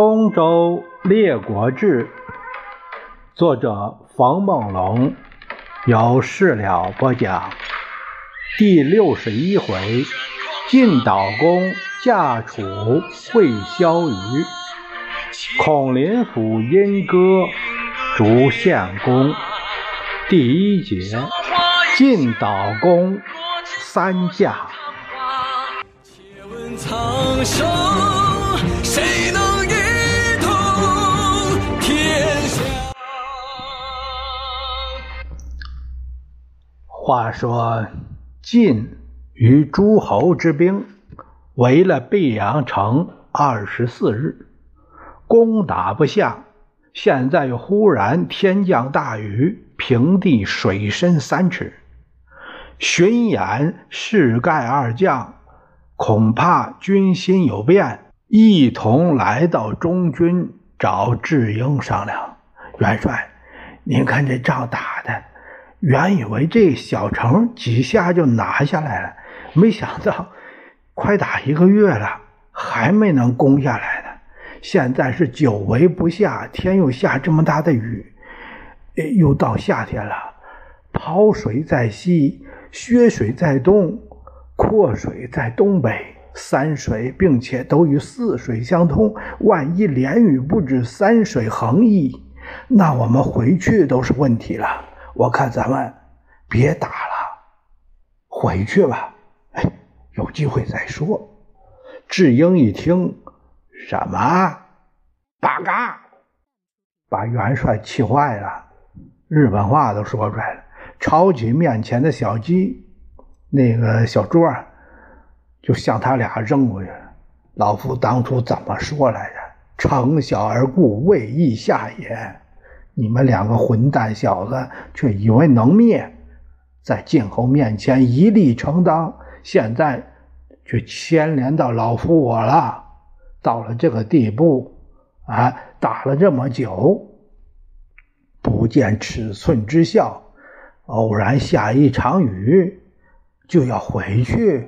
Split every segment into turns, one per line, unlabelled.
东周列国志，作者冯梦龙，由事了播讲。第61回，晋悼公驾楚会萧瑜，孔林甫因歌逐献公。第一节，晋悼公三驾。
且问苍生，谁能一统天下？
话说晋与诸侯之兵围了毕阳城24日，攻打不下。现在又忽然天降大雨，平地水深3尺。荀偃、士盖二将恐怕军心有变，一同来到中军找智英商量。元帅，您看这仗打的，原以为这小城几下就拿下来了，没想到快打1个月了，还没能攻下来呢。现在是久围不下，天又下这么大的雨，又到夏天了，泡水在西，薛水在东，阔水在东北，3水并且都与4水相通，万一连雨不止，3水横溢，那我们回去都是问题了。我看咱们别打了，回去吧，有机会再说。智英一听，什么八嘎，把元帅气坏了，日本话都说出来了，抄起面前的小鸡，那个小桌就向他俩扔过去。老夫当初怎么说来着？惩小而固，未易下也。你们2个混蛋小子却以为能灭，在晋侯面前一力承当，现在却牵连到老夫我了。到了这个地步打了这么久，不见尺寸之效，偶然下一场雨就要回去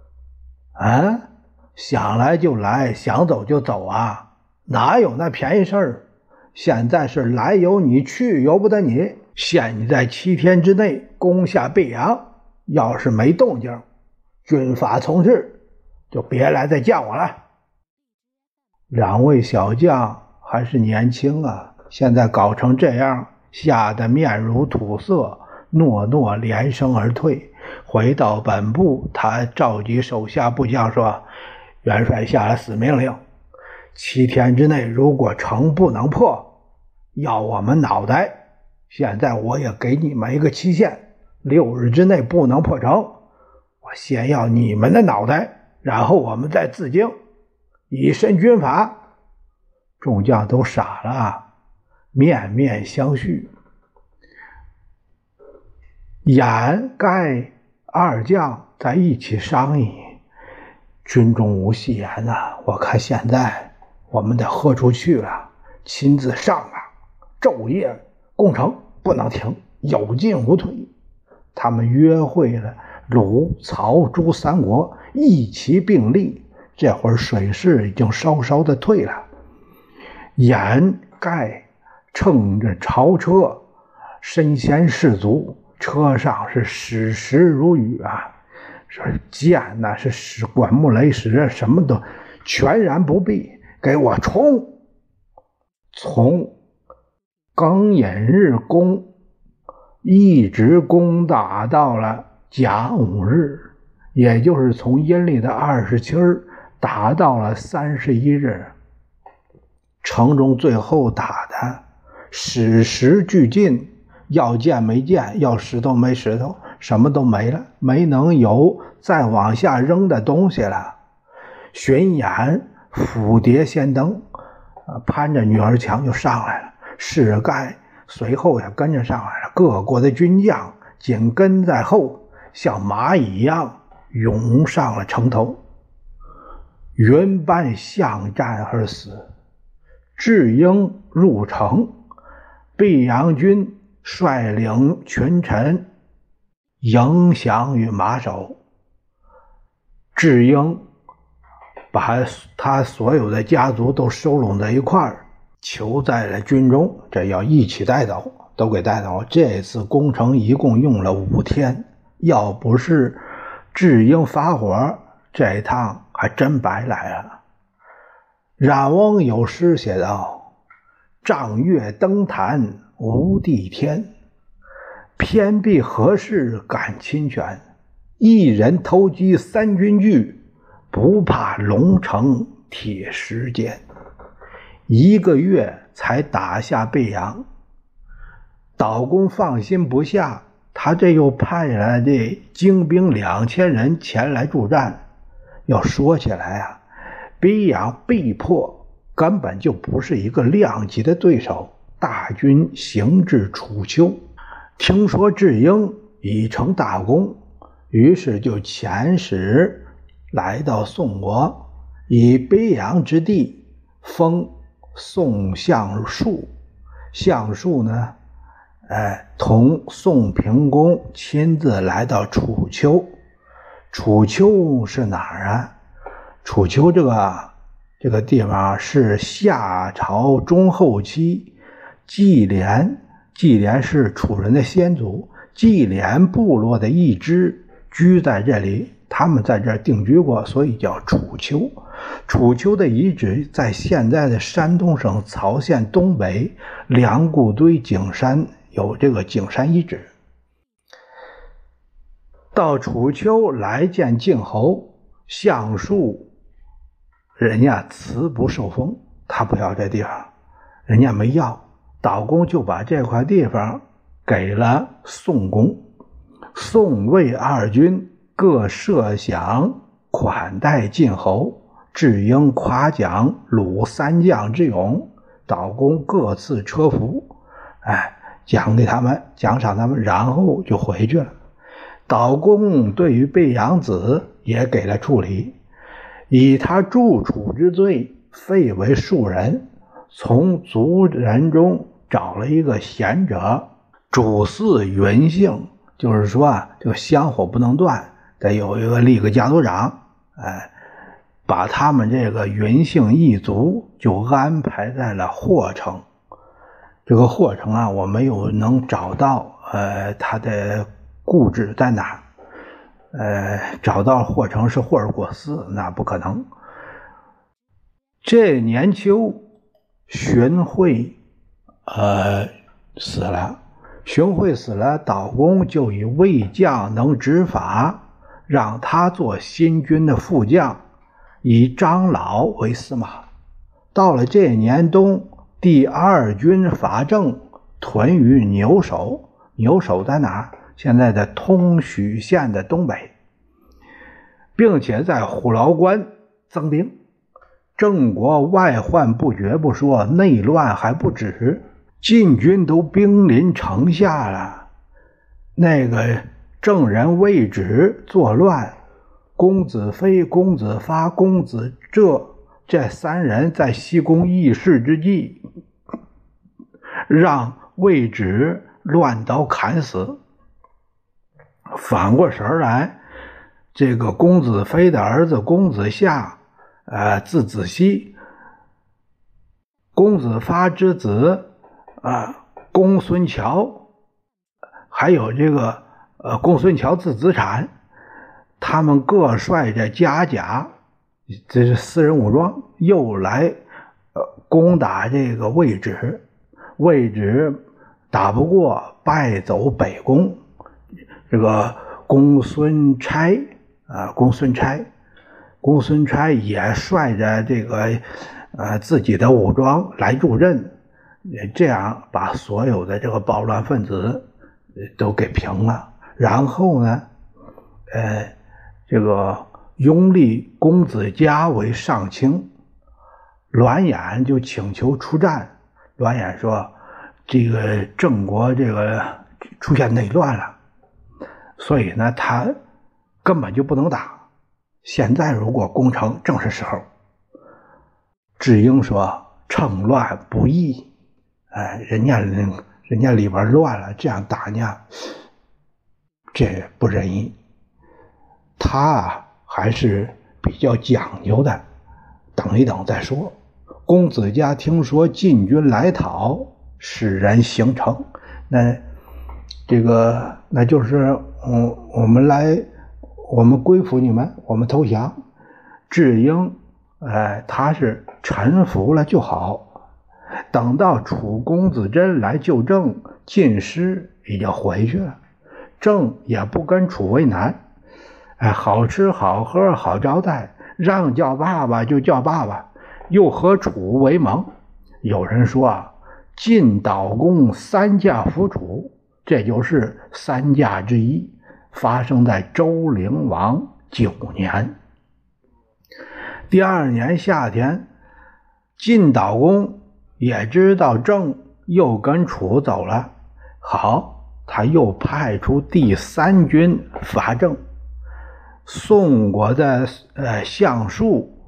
想来就来，想走就走啊，哪有那便宜事儿？现在是来由你，去由不得你。限你在7天之内攻下毕阳，要是没动静，军法从事，就别来再见我了。2位小将还是年轻啊，现在搞成这样，吓得面如土色，诺诺连声而退。回到本部，他召集手下部将说，元帅下了死命令，7天之内如果城不能破，要我们脑袋。现在我也给你们一个期限，6日之内不能破城，我先要你们的脑袋，然后我们再自京，以身军法。众将都傻了，面面相觑。偃、盖二将在一起商议，军中无戏言我看现在我们得豁出去了，亲自上昼夜攻城，不能停，有进无退。他们约会了鲁、曹、朱3国，一齐并力，这会儿水势已经稍稍的退了。偃、盖乘着朝车，身先士卒，车上是矢石如雨说箭是使管木雷石，什么都全然不避，给我冲！从庚寅日攻，一直攻打到了甲午日，也就是从阴历的27日打到了31日。城中最后打的矢石俱尽，要箭没箭，要石头没石头，什么都没了，没能有再往下扔的东西了。荀偃斧蝶先登，攀着女儿墙就上来了，士盖随后也跟着上来了，各国的军将紧跟在后，像蚂蚁一样涌上了城头。云班巷战而死。智英入城，毕阳军率领群臣迎降于马首。智英把他所有的家族都收拢在一块儿，囚在了军中，这要一起带走，都给带走。这次攻城一共用了5天，要不是智英发火，这一趟还真白来了。冉翁有诗写道：丈月登坛无地天，偏避何事敢侵权，一人偷鸡三军惧，不怕龙城铁石坚。1个月才打下贝阳，岛公放心不下，他这又派来这精兵2000人前来助战。要说起来啊，贝阳被迫根本就不是一个量级的对手。大军行至楚丘，听说智英已成大功，于是就遣使来到宋国，以贝阳之地封宋相术。相术呢，同宋平公亲自来到楚丘。楚丘是哪儿啊？楚丘这个地方是夏朝中后期纪廉是楚人的先祖，纪廉部落的一支居在这里，他们在这儿定居过，所以叫楚丘。楚丘的遗址在现在的山东省曹县东北梁固堆景山有这个景山遗址。到楚丘来见晋侯，相术人家辞不受封，他不要这地方，人家没要，岛公就把这块地方给了宋公。宋魏2军各设饷款待晋侯，智英夸奖鲁3将之勇，岛公各赐车服，奖赏他们，然后就回去了。岛公对于贝阳子也给了处理，以他助楚之罪废为庶人，从族人中找了一个贤者，主祀云姓，就是说这个香火不能断，得有一个立个家族长，把他们这个云姓一族就安排在了霍城。这个霍城啊，我没有能找到他的故址在哪儿，找到霍城是霍尔果斯，那不可能。这年秋，荀惠死了。荀惠死了，岛公就以魏将能执法，让他做新军的副将，以张老为司马。到了这年冬，第2军伐郑，屯于牛首。牛首在哪儿？现在的通许县的东北，并且在虎牢关增兵。郑国外患不绝不说，内乱还不止，晋军都兵临城下了。那个郑人魏止作乱，公子非、公子发、公子浙这3人在西宫议事之际，让魏止乱刀砍死。反过神来，这个公子非的儿子公子夏，字子熙，公子发之子公孙乔，还有这个公孙乔字子产，他们各率着家甲，这是私人武装，又来攻打这个魏止。魏止打不过，败走北宫。这个公孙差也率着这个自己的武装来助阵，这样把所有的这个暴乱分子都给平了。然后呢，这个拥立公子嘉为上卿，栾衍就请求出战。栾衍说，这个郑国这个出现内乱了，所以呢他根本就不能打，现在如果攻城正是时候。智英说，趁乱不义，人家里边乱了，这样打呢，这不仁义。他还是比较讲究的， 等一等再说。公子家听说晋军来讨，使人行城，那就是我们归附你们，我们投降。智英他是臣服了就好。等到楚公子真来救郑，晋师已经回去了，郑也不跟楚为难，好吃好喝好招待，让叫爸爸就叫爸爸，又和楚为盟。有人说晋悼公三驾服楚，这就是三驾之一，发生在周灵王9年。第2年夏天，晋悼公也知道郑又跟楚走了，好，他又派出第3军伐郑。宋国的相术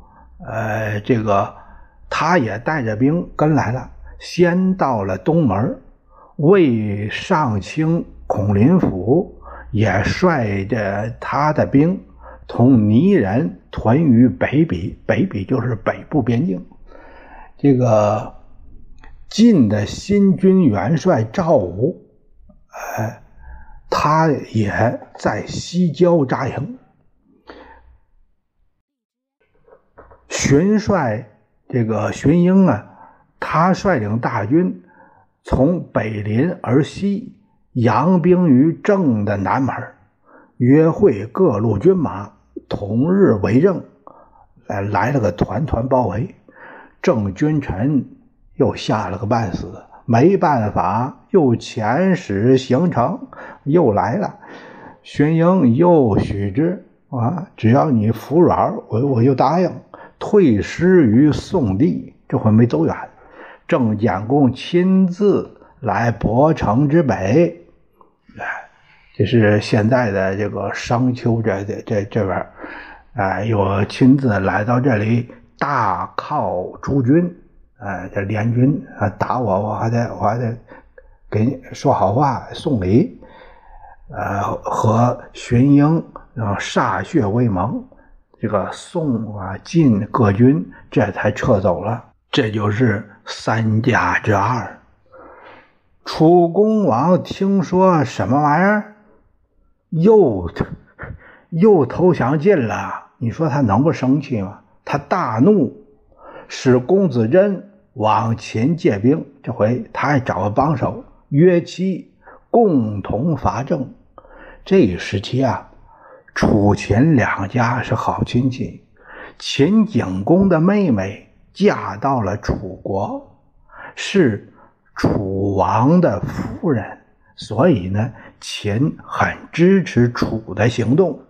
他也带着兵跟来了，先到了东门，魏上卿孔林甫也率着他的兵同倪人屯于北鄙，北鄙就是北部边境。晋的新军元帅赵武他也在西郊扎营。荀帅荀英他率领大军从北临而西，扬兵于郑的南门，约会各路军马，同日围郑，来了个团团包围。郑君臣又吓了个半死，没办法，又遣使行程，又来了。荀英又许之只要你服软，我就答应。退师于宋地，这回没走远。郑简公亲自来亳城之北，这是现在的这个商丘这边，又亲自来到这里大犒诸军，这联军打我还得给你说好话送礼，和荀英歃血为盟。这个宋晋各军这才撤走了，这就是3驾之2。楚公王听说什么玩意儿，又投降晋了，你说他能不生气吗？他大怒，使公子真往秦借兵，这回他还找个帮手，约其共同伐郑。这一时期楚秦两家是好亲戚，秦景公的妹妹嫁到了楚国，是楚王的夫人，所以呢，秦很支持楚的行动，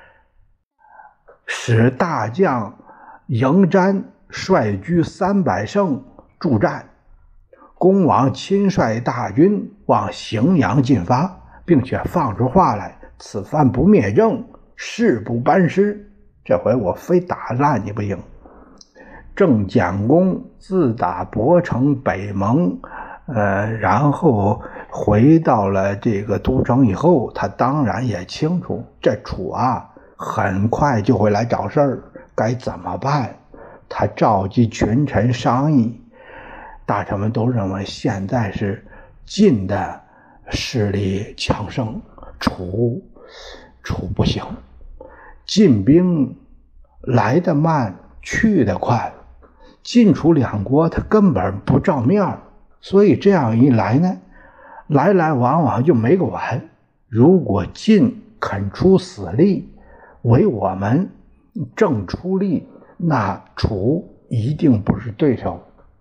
使大将嬴瞻率居300乘助战。公王亲率大军往荥阳进发，并且放出话来，此番不灭郑，誓不班师，这回我非打烂你不行。郑简公自打亳城北盟，然后回到了这个都城以后，他当然也清楚这楚很快就会来找事儿，该怎么办？他召集群臣商议，大臣们都认为现在是晋的势力强盛，楚不行，晋兵来得慢，去得快，晋楚两国他根本不照面，所以这样一来呢，来往往就没个完。如果晋肯出死力为我们郑出力，那楚一定不是对手，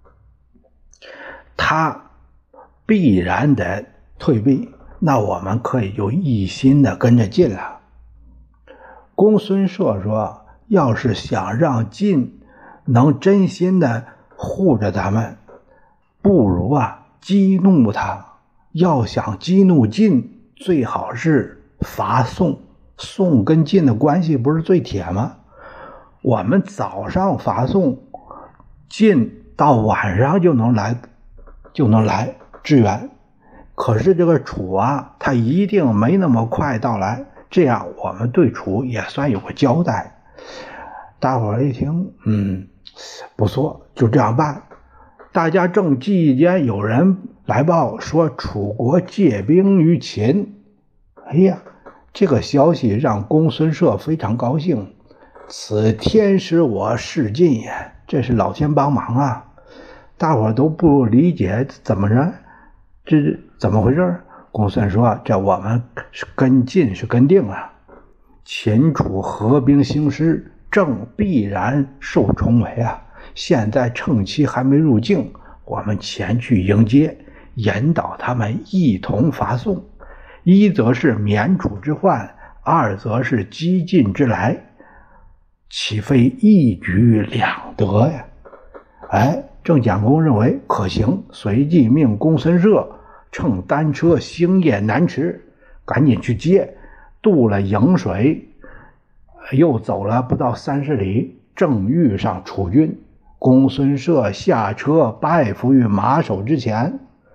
他必然得退避，那我们可以就一心的跟着晋了。公孙涉说，要是想让晋能真心的护着咱们，不如激怒他。要想激怒晋，最好是伐宋。宋跟晋的关系不是最铁吗？我们早上伐宋，晋到晚上就能来支援。可是这个楚他一定没那么快到来，这样我们对楚也算有个交代。大伙儿一听， 不错，就这样办。大家正记忆间，有人来报说楚国借兵于秦。哎呀，这个消息让公孙涉非常高兴。此天使我示尽也，这是老天帮忙啊！大伙都不理解怎么着，这怎么回事？公孙说：“这我们是跟进，是跟定了。秦楚合兵兴师，正必然受重围啊！现在趁其还没入境，我们前去迎接，引导他们一同伐宋。一则是免楚之患，二则是激进之来，岂非一举两得呀？”哎，郑蒋公认为可行，随即命公孙涉乘单车星夜南驰，赶紧去接。渡了颍水，又走了不到30里，正遇上楚军。公孙涉下车拜伏于马首之前。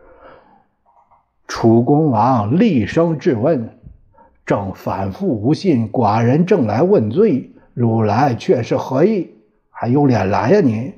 楚公王厉声质问：“正反复无信，寡人正来问罪，汝来却是何意？还有脸来呀你？”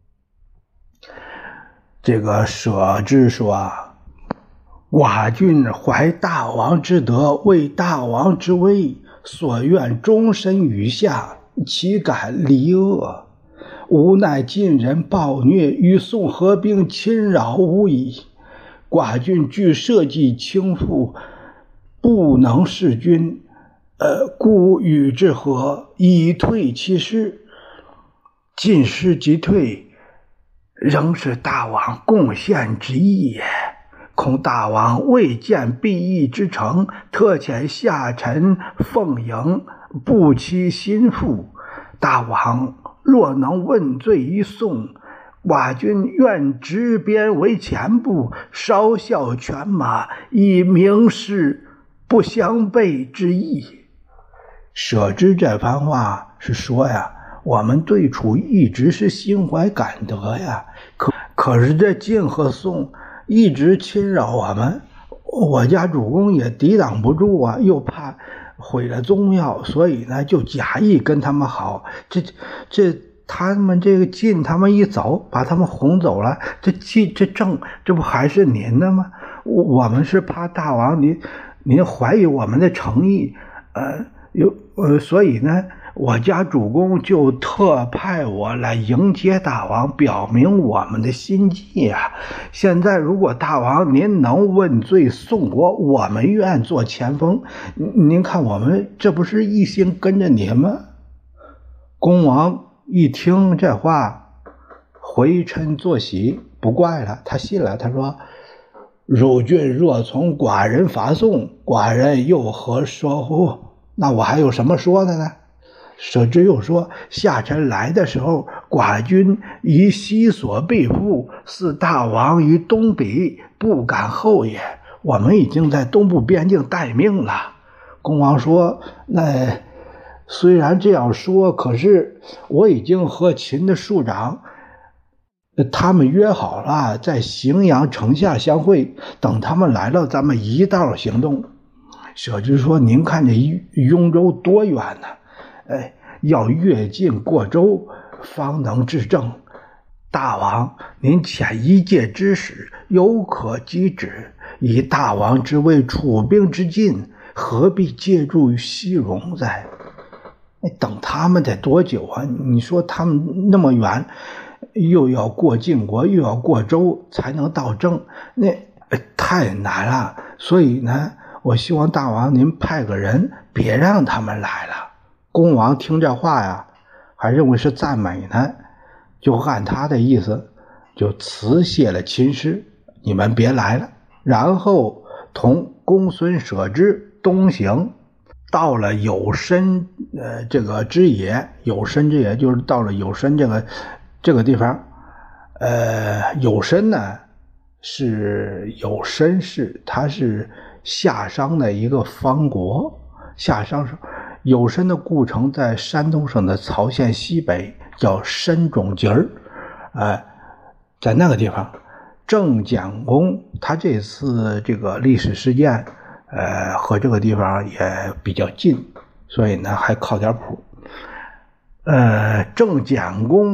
这个舍之说：“寡君怀大王之德，为大王之威，所愿终身与下，岂敢离恶？无奈晋人暴虐，与宋合兵，侵扰无已。寡君据社稷倾覆，不能弑君，故与之和，以退其师。进师即退，仍是大王贡献之意也。恐大王未见必义之诚，特遣下臣奉迎，不期心腹。大王若能问罪于宋，寡君愿执鞭为前部，稍效犬马，以明示不相背之意。”舍之这番话是说呀，我们对楚一直是心怀感德呀，可是这晋和宋一直侵扰我们，我家主公也抵挡不住啊，又怕毁了宗庙，所以呢就假意跟他们好。这他们这个晋他们一走，把他们哄走了，这不还是您的吗？我们是怕大王您怀疑我们的诚意，所以呢我家主公就特派我来迎接大王，表明我们的心迹啊。现在如果大王您能问罪宋国，我们愿做前锋。您看我们这不是一心跟着您吗？公王一听这话，回嗔作喜，不怪了，他信了。他说：“汝君若从寡人伐宋，寡人又何说乎？那我还有什么说的呢？”舍之又说：“下臣来的时候，寡君以西所被缚，似大王于东北，不敢后也。我们已经在东部边境待命了。”公王说：“那虽然这样说，可是我已经和秦的庶长他们约好了，在荥阳城下相会，等他们来了，咱们一道行动。”舍之说：“您看这雍州多远呢？要越境过州，方能治政。大王您遣一介之使，有可击止。以大王之为楚兵之近，何必借助于西戎哉？”等他们得多久啊？你说他们那么远，又要过晋国，又要过州，才能到郑，那太难了。所以呢，我希望大王您派个人，别让他们来了。公王听这话呀，还认为是赞美呢，就按他的意思，就辞谢了秦师，你们别来了。然后同公孙舍之东行，到了有申这个之野，有申之野就是到了有申这个地方。有申呢是有申氏，它是夏商的一个方国。夏商有申的故城在山东省的曹县西北，叫申种集儿。在那个地方，郑蒋公他这次这个历史事件和这个地方也比较近，所以呢还靠点谱。郑蒋公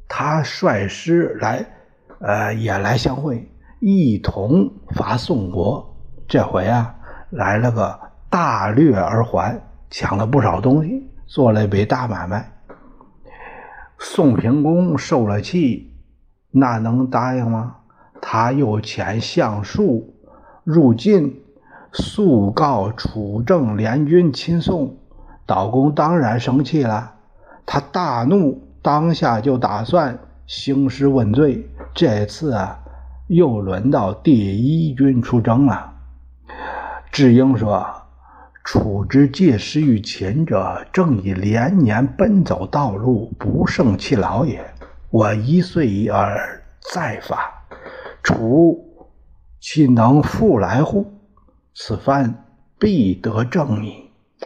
他率师也来相会，一同伐宋国。这回来了个大掠而还，抢了不少东西，做了一笔大买卖。宋平公受了气，那能答应吗？他又遣相术入晋，速告楚郑联军亲宋。岛公当然生气了，他大怒，当下就打算兴师问罪。这次又轮到第一军出征了。智英说，楚之借师于秦者，正以连年奔走道路，不胜其劳也。我一岁而再伐，楚其能复来乎？此番必得正矣。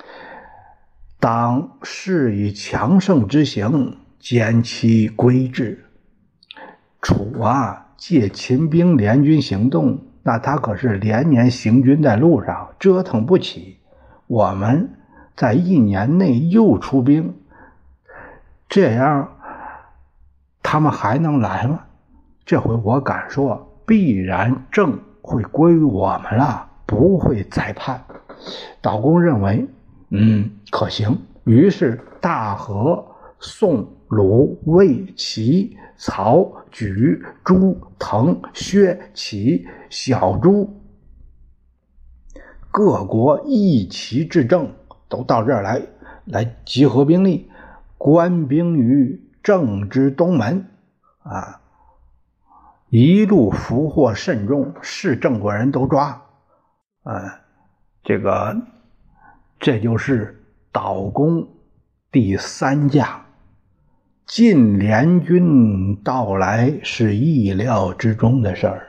当是以强盛之行，兼其规制。楚借秦兵联军行动，那他可是连年行军在路上，折腾不起。我们在1年内又出兵，这样他们还能来吗？这回我敢说，必然正会归于我们了，不会再叛。岛公认为可行，于是大和、宋、鲁、魏、齐、曹、莒、朱、滕、薛、齐、小朱各国一齐制政，都到这儿来集合兵力，官兵于郑之东门一路俘获甚众，是郑国人都抓。这就是岛公第3驾。晋联军到来是意料之中的事儿。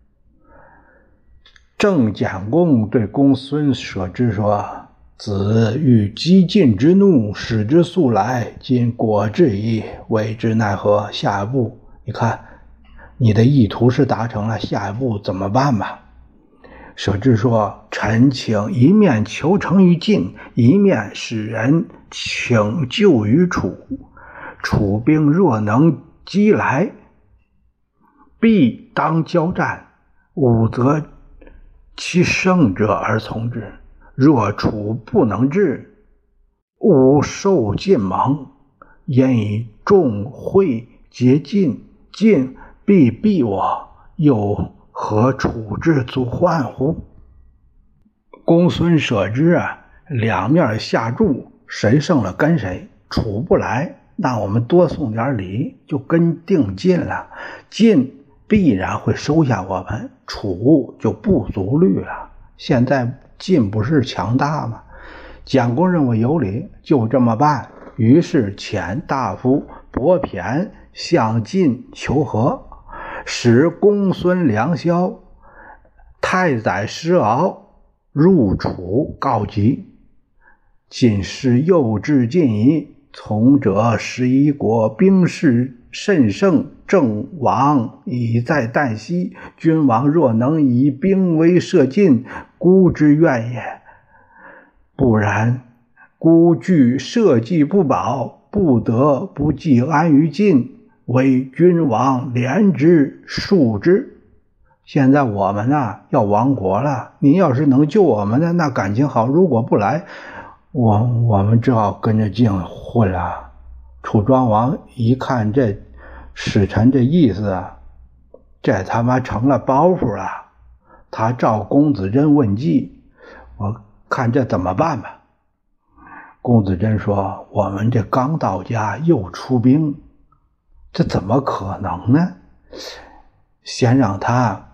郑简公对公孙舍之说，子欲激晋之怒，使之速来，今果至矣，为之奈何？下一步你看你的意图是达成了，下一步怎么办吧？舍之说，臣请一面求成于晋，一面使人请救于楚。楚兵若能击来，必当交战，吾则其胜者而从之。若楚不能至，吾受晋盟，焉以众会结晋，晋必避我，又何楚之足患乎？公孙舍之两面下注，谁胜了跟谁。楚不来，那我们多送点礼，就跟定晋了。晋必然会收下我们，楚就不足虑了。现在晋不是强大吗？简公认为有理，就这么办。于是遣大夫伯骈向晋求和，使公孙良萧、太宰师敖入楚告急。晋师又至晋矣，从者11国兵势甚盛，郑王已在旦夕，君王若能以兵威慑晋，孤之愿也。不然，孤惧社稷不保，不得不寄安于晋，为君王怜之恕之。现在我们要亡国了，您要是能救我们的，那感情好；如果不来，我们只好跟着晋混了。楚庄王一看这使臣这意思这他妈成了包袱了。他召公子真问计，我看这怎么办吧。公子真说，我们这刚到家又出兵，这怎么可能呢？先让他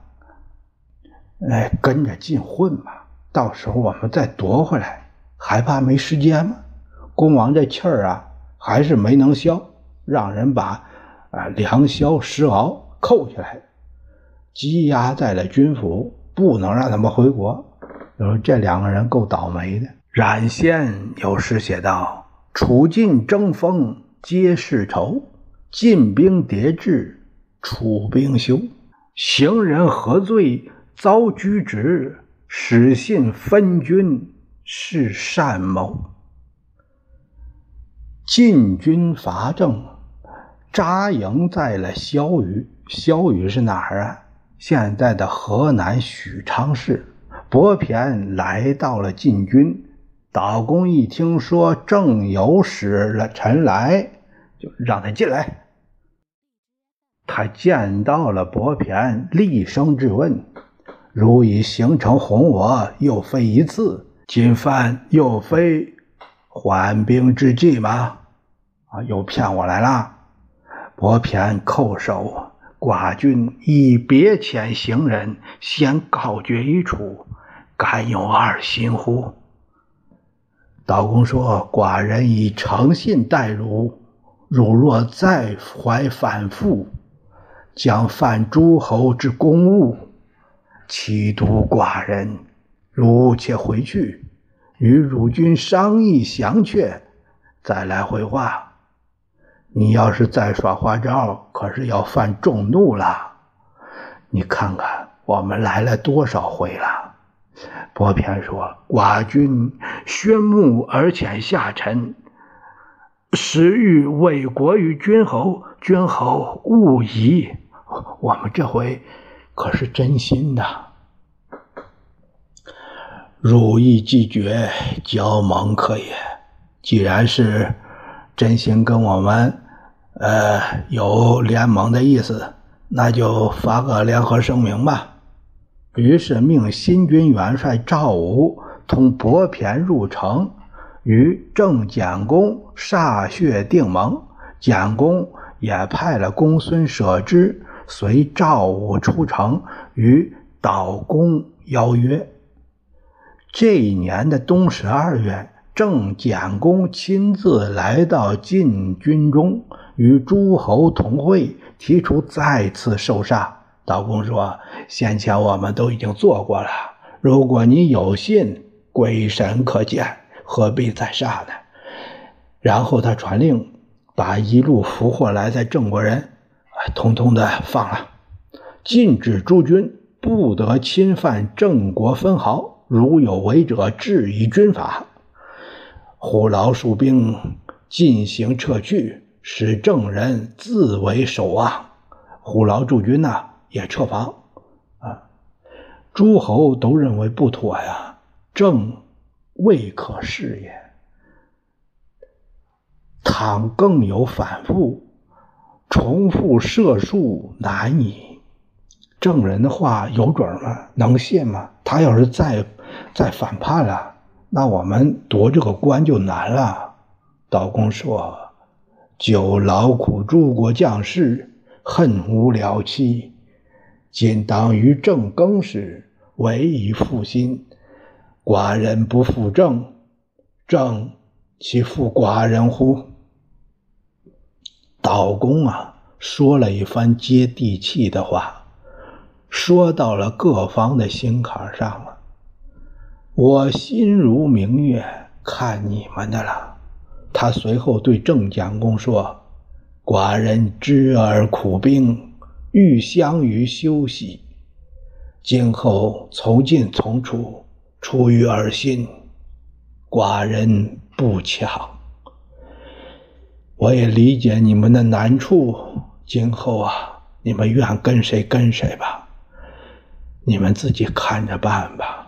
跟着晋混吧，到时候我们再夺回来，还怕没时间吗？公王这气儿还是没能消，让人把良萧、师敖扣起来，羁押在了军府，不能让他们回国。这两个人够倒霉的。冉先有诗写道：楚晋争锋皆是仇，晋兵迭至楚兵休。行人何罪遭居职，使信分军是善谋。晋军伐郑， 扎营在了萧雨。萧雨是哪儿啊？现在的河南许昌市。伯骈来到了晋军，岛公一听说正有使臣来，就让他进来。他见到了伯骈，厉声质问：如已形成哄我，又非一次，今犯又非缓兵之计吗？又骗我来了。伯骈叩首：寡君以别遣行人，先告决一处，敢有二心乎？岛公说：寡人以诚信待汝，汝若再怀反复，将犯诸侯之公务，岂独寡人？汝且回去，与汝君商议详确，再来回话。你要是再耍花招，可是要犯众怒了。你看看我们来了多少回了。伯骈说：寡君宣穆而遣下臣，实欲为国于君侯，君侯勿疑。我们这回可是真心的。汝意既决，交盟可也。既然是真心跟我们有联盟的意思，那就发个联合声明吧。于是命新军元帅赵武同伯骈入城，与郑简公歃血定盟。简公也派了公孙舍之随赵武出城，与岛公邀约。这一年的冬12月，郑简公亲自来到晋军中，与诸侯同会，提出再次受杀。岛公说：先前我们都已经做过了，如果你有信，鬼神可见，何必再杀呢？然后他传令，把一路俘获来的郑国人统统的放了，禁止诸军不得侵犯郑国分毫，如有违者，治以军法。虎牢戍兵进行撤去，使郑人自为守望。虎牢驻军也撤防诸侯都认为不妥呀，郑未可视也。倘更有反复，重复射术难矣。郑人的话有准吗？能信吗？他要是再反叛了，那我们夺这个关就难了。岛公说：久劳苦诸国将士，恨无了期，今当于郑更时，唯以复心。寡人不负郑，郑其负寡人乎？岛公说了一番接地气的话，说到了各方的心坎上了。我心如明月，看你们的了。他随后对郑简公说：寡人知而苦兵，欲相于休息，今后从进从出，出于尔心，寡人不强。我也理解你们的难处，今后你们愿跟谁跟谁吧，你们自己看着办吧。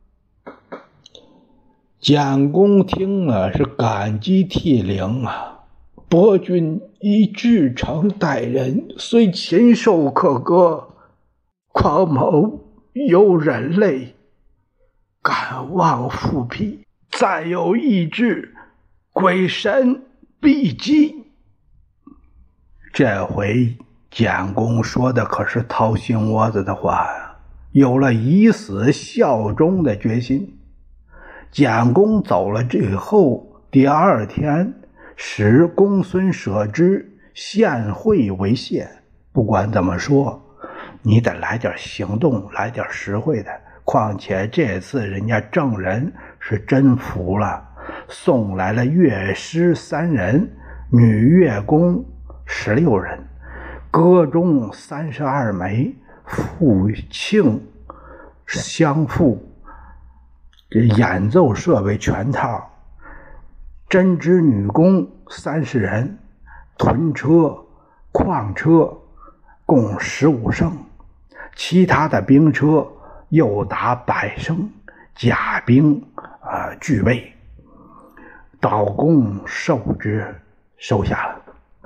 简公听了是感激涕零伯君以至诚待人，虽禽兽可割，况某有人类，敢忘复辟，再有意志，鬼神必击。这回简公说的可是掏心窝子的话呀，有了以死效忠的决心。简公走了之后，第二天使公孙舍之献惠为谢。不管怎么说，你得来点行动，来点实惠的。况且这次人家郑人是真服了，送来了乐师3人，女乐工16人，歌中32枚，复磬相附，这演奏设备全套，针织女工30人，屯车矿车共15乘，其他的兵车又达100乘，甲兵俱备。岛公收下了。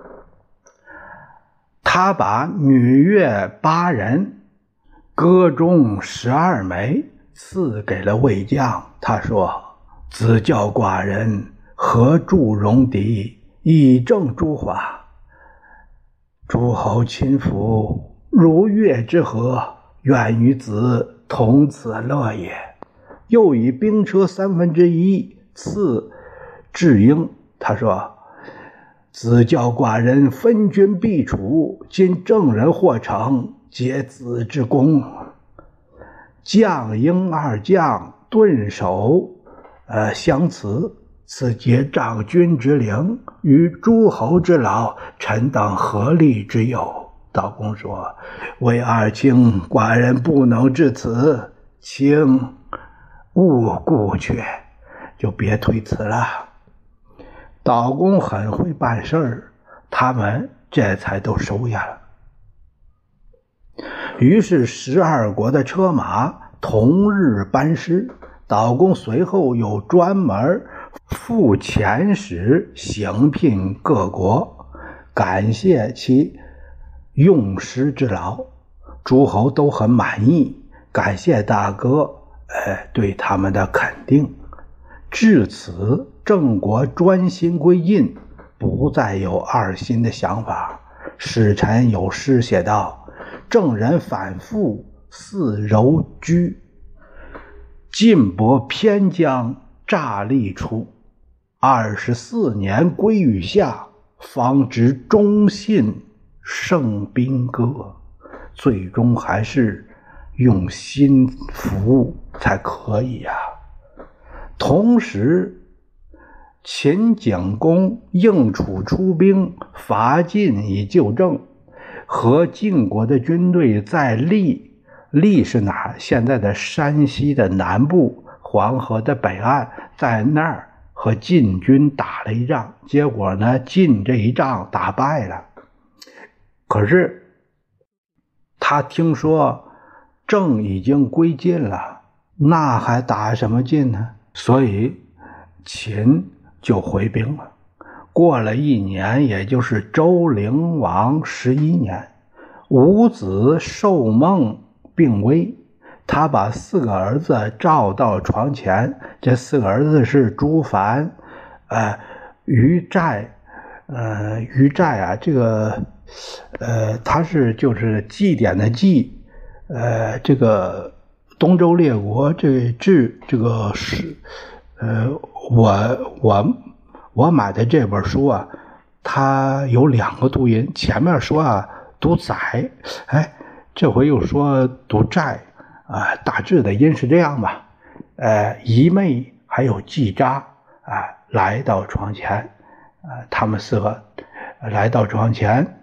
他把女乐8人，歌中12枚赐给了魏将。他说：子教寡人何助戎狄，以正诸华。诸侯亲服，如月之和，愿与子同此乐也。又以兵车1/3赐智英。他说：子教寡人分军必处，今正人或成，皆子之功。将英2将顿首相辞，此皆长君之灵，与诸侯之劳，臣等合力之有。道公说：为二卿，寡人不能至此，请勿顾却，就别推辞了。道公很会办事儿，他们这才都收下了。于是12国的车马同日班师，道公随后有专门赴遣使行聘各国，感谢其用师之劳。诸侯都很满意，感谢大哥对他们的肯定。至此，郑国专心归晋，不再有二心的想法。使臣有诗写道：郑人反复似柔居，晋博偏将诈力出。24年归于下，方知忠信胜兵戈。最终还是用心服务才可以呀。同时，秦景公应楚出兵伐晋以救郑，和晋国的军队在利是哪？现在的山西的南部，黄河的北岸，在那儿和晋军打了一仗，结果呢，晋这一仗打败了。可是他听说郑已经归晋了，那还打什么晋呢？所以秦就回兵了。过了1年，也就是周灵王11年，五子寿梦病危，他把4个儿子召到床前。这4个儿子是朱凡、于寨啊，这个他是就是祭典的祭，这个东周列国这个是我买的这本书啊，它有2个读音，前面说读载，这回又说读寨大致的音是这样吧。姨妹还有季札来到床前，他们4个来到床前，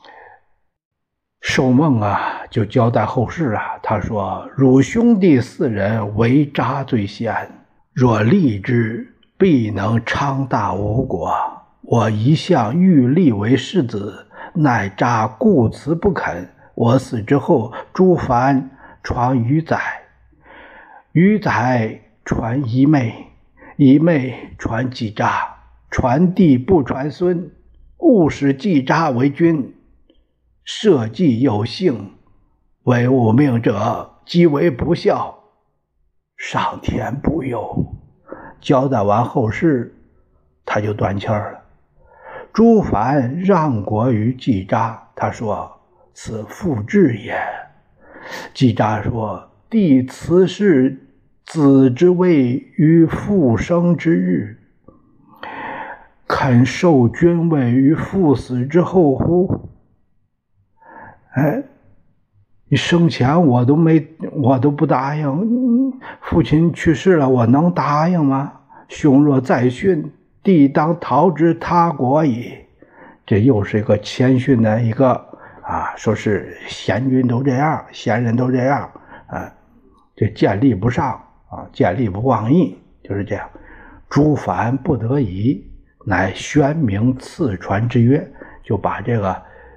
寿梦就交代后事他说：汝兄弟4人为札最先，若立之，必能昌大吴国。我一向欲立为世子，乃札固辞不肯。我死之后，朱凡传于载，于载传姨妹，姨妹传季札，传弟不传孙，勿使季札为君。社稷有幸，为吾命者，即为不孝，上天不佑。交代完后事，他就断气了。朱凡让国于季札，他说：此父志也。季札说：弟辞是子之位于父生之日，肯受君位于父死之后乎？你生前我都不答应，父亲去世了，我能答应吗？兄若再训，弟当逃之他国矣。这又是一个谦逊的一个说是贤君都这样，贤人都这样这见利不上见利不忘义，就是这样。朱凡不得已，乃宣明赐传之约，就把这个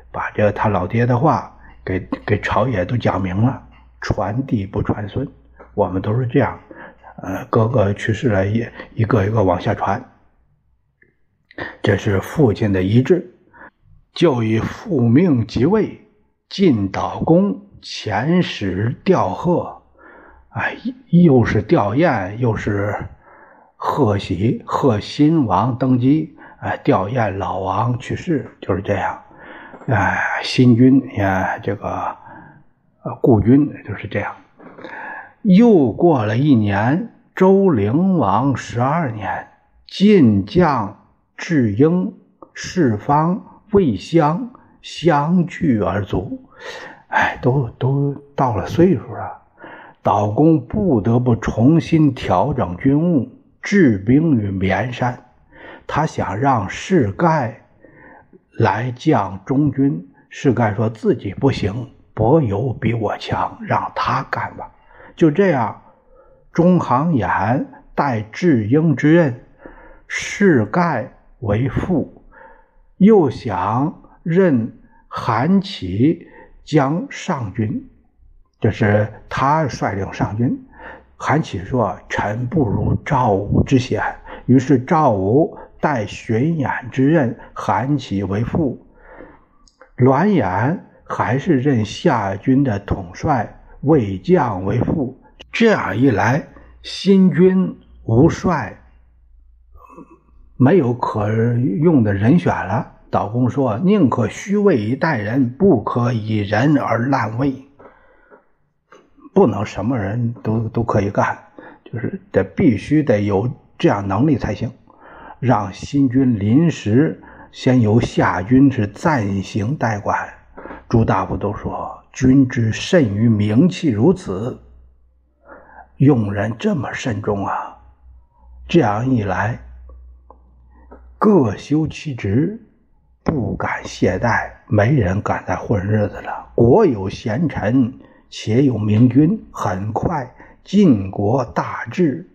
把这他老爹的话给朝野都讲明了，传弟不传孙，我们都是这样，哥哥去世了，一个一个往下传。这是父亲的遗志，就以父命即位，晋悼公，遣使吊贺，又是吊唁，又是贺喜，贺新王登基，吊唁老王去世，就是这样。新君这个故君就是这样。又过了1年，周灵王12年，晋将智英、士方、魏襄相聚而卒，都到了岁数了。悼公不得不重新调整军务，治兵于绵山。他想让士盖来将中军，士盖说自己不行，伯友比我强，让他干吧。就这样，中行衍代智英之任，士盖为副，又想任韩起将上军，就是他率领上军。韩起说臣不如赵武之贤，于是赵武代巡演之任，韩起为副，栾衍还是任夏军的统帅，魏将为副。这样一来，新军无帅，没有可用的人选了。悼公说宁可虚位以待人，不可以人而滥位，不能什么人都可以干，就是必须得有这样能力才行。让新军临时先由夏军是暂行代管。诸大夫都说君之甚于名气如此，用人这么慎重啊。这样一来，各修其职，不敢懈怠，没人敢再混日子了。国有贤臣，且有明君，很快晋国大治，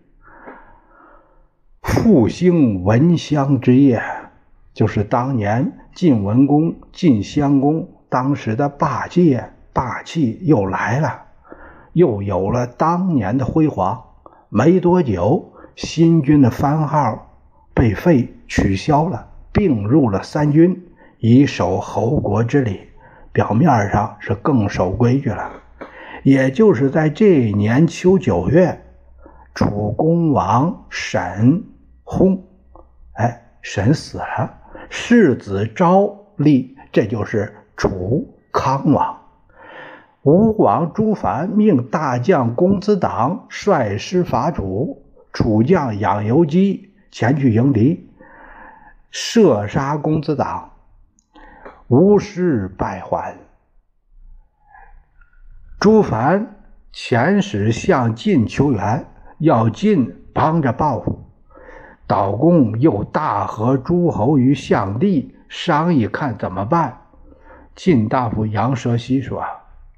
复兴文襄之业，就是当年晋文公、晋襄公当时的霸气又来了，又有了当年的辉煌。没多久，新军的番号被废取消了，并入了三军，以守侯国之礼，表面上是更守规矩了。也就是在这年秋9月，楚公王沈薨，沈死了，世子昭立，这就是楚康王。吴王朱凡命大将公子党率师伐楚，楚将养由基前去迎敌，射杀公子党，吴师败还。朱凡遣使向晋求援，要晋帮着报复。悼公又大合诸侯于相地，商议看怎么办。晋大夫杨蛇溪说：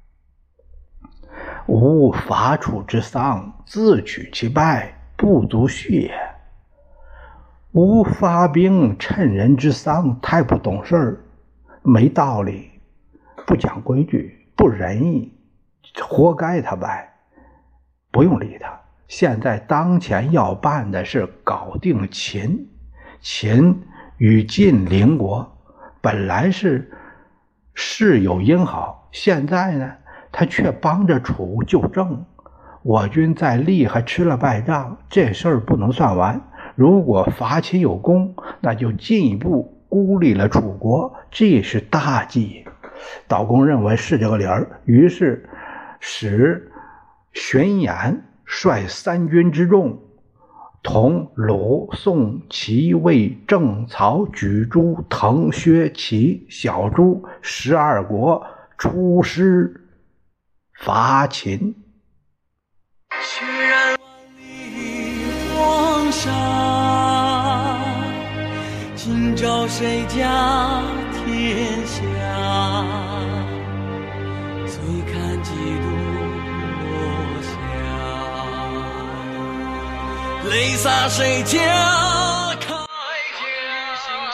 吾伐楚之丧，自取其败，不足恤也。吾发兵趁人之丧，太不懂事，没道理，不讲规矩，不仁义，活该他败，不用理他。现在当前要办的是搞定秦，秦与晋邻国，本来是事有因好，现在呢他却帮着楚救郑，我军在利还吃了败仗，这事儿不能算完。如果伐秦有功，那就进一步孤立了楚国，这是大忌。悼公认为是这个理儿，于是使荀偃率三军之众，同鲁、宋、齐、魏、郑、曹、莒、朱、滕、薛、齐、小朱12国出师伐秦。
血染万里黄沙，今朝谁家天下？醉看几度落霞，泪洒谁家？